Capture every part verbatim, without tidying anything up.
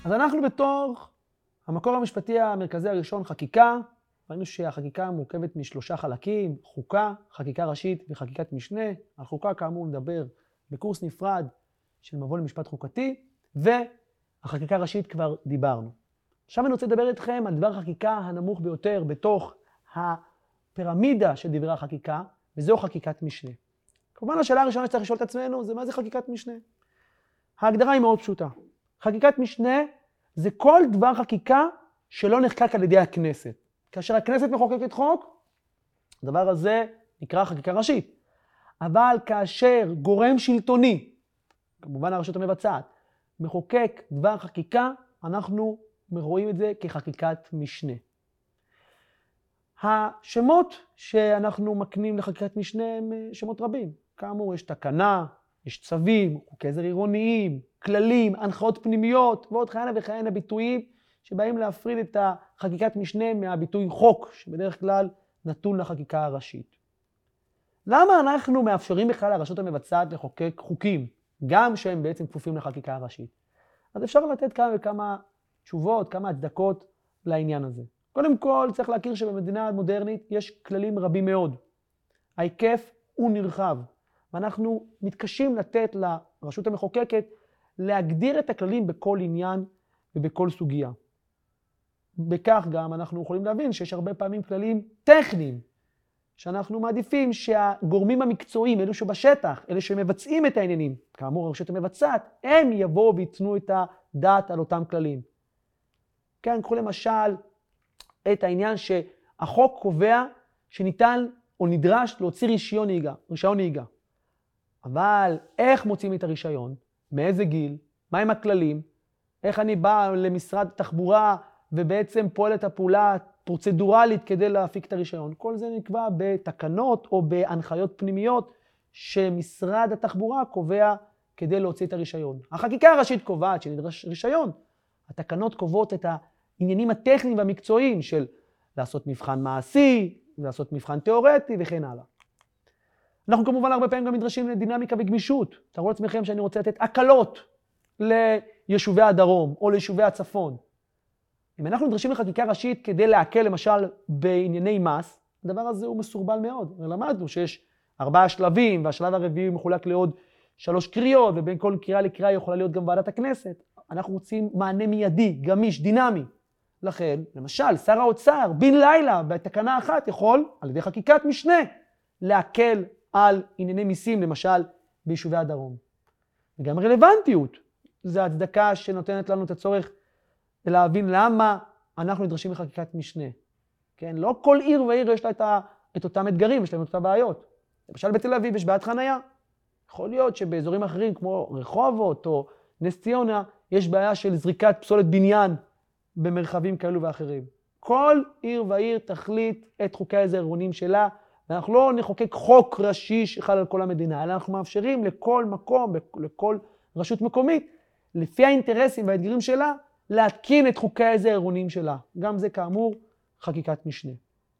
אז אנחנו בתור המקור המשפטי המרכזי הראשון, חקיקה, ראינו שהחקיקה מורכבת משלושה חלקים, חוקה, חקיקה ראשית וחקיקת משנה. על חוקה כאמור נדבר בקורס נפרד של מבוא למשפט חוקתי, והחקיקה ראשית כבר דיברנו. עכשיו אני רוצה לדבר איתכם על דבר החקיקה הנמוך ביותר בתוך הפירמידה של דברי החקיקה, וזו חקיקת משנה. כמובן השאלה הראשונה שצריך לשאול את עצמנו זה מה זה חקיקת משנה. ההגדרה היא מאוד פשוטה. חקיקת משנה זה כל דבר חקיקה שלא נחקק על ידי הכנסת. כאשר הכנסת מחוקקת חוק, הדבר הזה נקרא חקיקה ראשית. אבל כאשר גורם שלטוני, כמובן הרשות המבצעת, מחוקק דבר חקיקה, אנחנו רואים את זה כחקיקת משנה. השמות שאנחנו מקנים לחקיקת משנה הם שמות רבים. כאמור, יש תקנה, יש צווים, חוקי עזר עירוניים, כללים, הנחיות פנימיות, ועוד כהנה וכהנה ביטויים שבאים להפריד את החקיקת משנה מהביטוי חוק, שבדרך כלל נתון לחקיקה הראשית. למה אנחנו מאפשרים בכלל לרשות המבצעת לחוקק חוקים, גם שהם בעצם כפופים לחקיקה הראשית? אז אפשר לתת כמה וכמה תשובות, כמה הצדקות לעניין הזה. קודם כל, צריך להכיר שבמדינה מודרנית יש כללים רבים מאוד. ההיקף הוא נרחב, ואנחנו מתקשים לתת לרשות המחוקקת להגדיר את הכללים בכל עניין ובכל סוגיה. בכך גם אנחנו יכולים להבין שיש הרבה פעמים כללים טכניים, שאנחנו מעדיפים שהגורמים המקצועיים, אלו שבשטח, אלה שמבצעים את העניינים, כאמור הרשות המבצעת, הם יבואו ויתנו את הדעת על אותם כללים. כן, קחו למשל את העניין שהחוק קובע שניתן או נדרש להוציא רישיון נהיגה, רישיון נהיגה. אבל איך מוצאים את הרישיון? מאיזה גיל? מהם הכללים? איך אני בא למשרד התחבורה ובעצם פועל את הפעולה פרוצדורלית כדי להפיק את הרישיון? כל זה נקבע בתקנות או בהנחיות פנימיות שמשרד התחבורה קובע כדי להוציא את הרישיון. החקיקה הראשית קובעת שנדרש רישיון. התקנות קובעות את העניינים הטכניים והמקצועיים של לעשות מבחן מעשי, לעשות מבחן תיאורטי וכן הלאה. אנחנו כמובן הרבה פעמים גם נדרשים לדינמיקה וגמישות. תראו לעצמכם שאני רוצה לתת הקלות ליישובי הדרום או ליישובי הצפון. אם אנחנו נדרשים לחקיקה ראשית כדי להקל למשל בענייני מס, הדבר הזה הוא מסורבל מאוד. למדנו שיש ארבעה שלבים, והשלב הרביעי מחולק לעוד שלוש קריאות, ובין כל קריאה לקריאה יכולה להיות גם ועדת הכנסת. אנחנו רוצים מענה מיידי, גמיש, דינמי. לכן, למשל, שר האוצר, בן לילה, בתקנה אחת, יכול, על ידי חקיקת משנה, להקל על ענייני מיסים, למשל, ביישובי הדרום. וגם רלוונטיות. זו הצדקה שנותנת לנו את הצורך להבין למה אנחנו נדרשים לחקיקת משנה. כן? לא כל עיר ועיר יש לה את, ה, את אותם אתגרים, יש להם את אותם בעיות. למשל, בתל אביב יש בעיית חנייה. יכול להיות שבאזורים אחרים, כמו רחובות או נס ציונה, יש בעיה של זריקת פסולת בניין במרחבים כאלו ואחרים. כל עיר ועיר תחליט את חוקי העזר העירוניים שלה, ואנחנו לא נחוקק חוק ראשי שחל על כל המדינה, אלא אנחנו מאפשרים לכל מקום, לכל רשות מקומית, לפי האינטרסים והאתגרים שלה, להתקין את חוקי העזר העירוניים שלה. גם זה כאמור חקיקת משנה.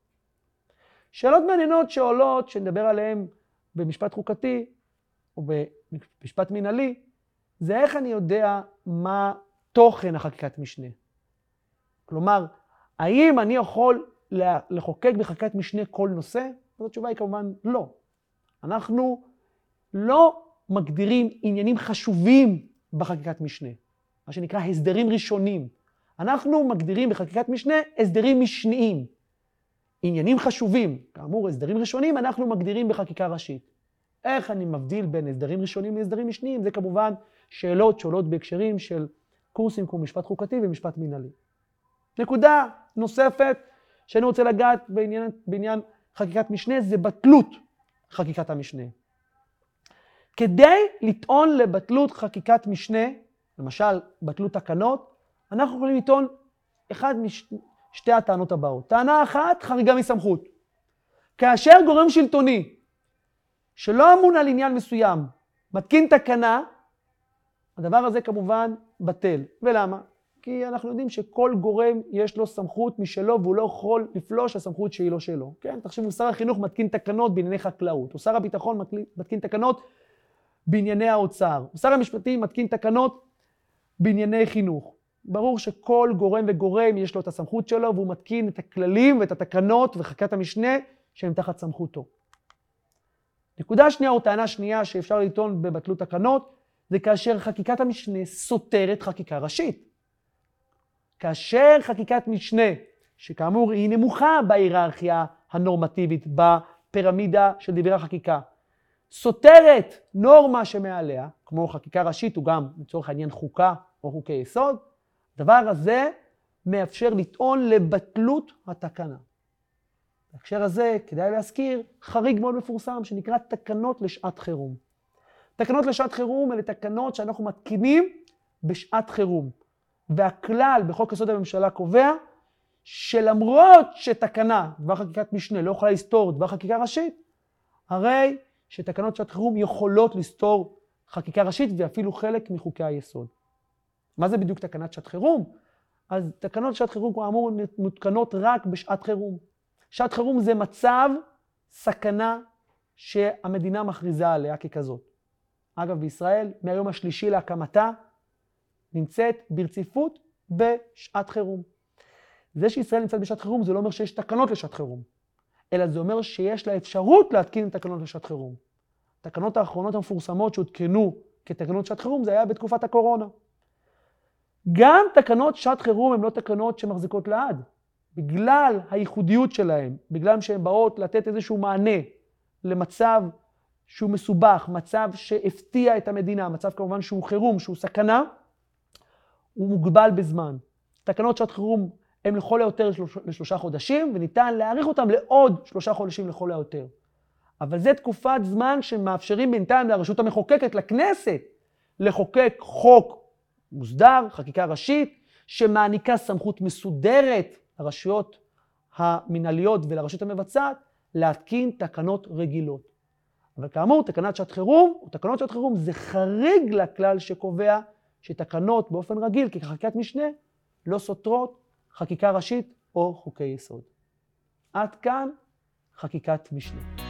שאלות מעניינות שעולות, שנדבר עליהן במשפט חוקתי או במשפט מנהלי, זה איך אני יודע מה תוכן החקיקת משנה. כלומר, האם אני יכול לחוקק בחקיקת משנה כל נושא? אז התשובה היא כמובן לא. אנחנו לא מגדירים עניינים חשובים בחקיקת משנה, מה שנקרא הסדרים ראשונים. אנחנו מגדירים בחקיקת משנה הסדרים משניים. עניינים חשובים, כאמור הסדרים ראשונים, אנחנו מגדירים בחקיקה ראשית. איך אני מבדיל בין הסדרים ראשונים להסדרים משניים? זה כמובן שאלות שעולות בהקשרים של קורסים כמו משפט חוקתי ומשפט מנהלי. נקודה נוספת שאני רוצה לגעת בעניין, בעניין חקיקת משנה זה בטלות חקיקת המשנה. כדי לטעון לבטלות חקיקת משנה, למשל בטלות תקנות, אנחנו יכולים לטעון אחד משתי הטענות הבאות. טענה אחת, חריגה מסמכות. כאשר גורם שלטוני שלא אמון על עניין מסוים מתקין תקנה, הדבר הזה כמובן בטל. ולמה? כי אנחנו יודעים שכל גורם יש לו סמכות משלו, והוא לא יכול לפלוש לסמכות שהיא לא שלו. כן? תחשבו, שר החינוך מתקין תקנות בענייני חקלאות, או שר הביטחון מתקין תקנות בענייני האוצר, או שר המשפטים מתקין תקנות בענייני חינוך. ברור שכל גורם וגורם יש לו את הסמכות שלו, והוא מתקין את הכללים ואת התקנות וחקיקת המשנה שהם תחת סמכותו. נקודה שנייה או טענה שנייה שאפשר לטעון בבטלות תקנות, זה כאשר חקיקת המשנה סותרת חקיקה ראשית. כאשר חקיקת משנה, שכאמור היא נמוכה בהיררכיה הנורמטיבית, בפירמידה של דברי החקיקה, סותרת נורמה שמעליה, כמו חקיקה ראשית, הוא גם לצורך העניין חוקה או חוקי יסוד, הדבר הזה מאפשר לטעון לבטלות התקנה. בהקשר הזה כדאי להזכיר חריג מאוד מפורסם שנקרא תקנות לשעת חירום. תקנות לשעת חירום אלה תקנות שאנחנו מתקינים בשעת חירום. והכלל בחוק יסוד הממשלה קובע שלמרות שתקנה, דבר חקיקת משנה, לא יכולה לסתור דבר חקיקה ראשית, הרי שתקנות שעת חירום יכולות לסתור חקיקה ראשית ואפילו חלק מחוקי היסוד. מה זה בדיוק תקנת שעת חירום? אז תקנות שעת חירום כאמור מותקנות רק בשעת חירום. שעת חירום זה מצב סכנה שהמדינה מכריזה עליה ככזאת. אגב, בישראל, מהיום השלישי להקמתה, נמצאת ברציפות בשעת חירום. זה שישראל נמצאת בשעת חירום, זה לא אומר שיש תקנות לשעת חירום, אלא זה אומר שיש לה אפשרות להתקין תקנות לשעת חירום. התקנות האחרונות המפורסמות שהותקנו כתקנות שעת חירום, זה היה בתקופת הקורונה. גם תקנות שעת חירום הן לא תקנות שמחזיקות לעד. בגלל הייחודיות שלהן, בגלל שהן באות לתת איזשהו מענה למצב שהוא מסובך, מצב שהפתיע את המדינה, מצב כמובן שהוא חירום, שהוא סכנה, הוא מוגבל בזמן. תקנות שעת חירום הן לכל היותר לשלושה חודשים, וניתן להאריך אותם לעוד שלושה חודשים לכל היותר. אבל זה תקופת זמן שמאפשרים בינתיים לרשות המחוקקת, לכנסת, לחוקק חוק מוסדר, חקיקה ראשית, שמעניקה סמכות מסודרת לרשויות המנהליות ולרשות המבצעת, להתקין תקנות רגילות. אבל כאמור, תקנת שעת חירום, או תקנות שעת חירום, זה חריג לכלל שקובע שתקנות באופן רגיל, כחקיקת משנה, לא סותרות חקיקה ראשית או חוקי יסוד. עד כאן חקיקת משנה.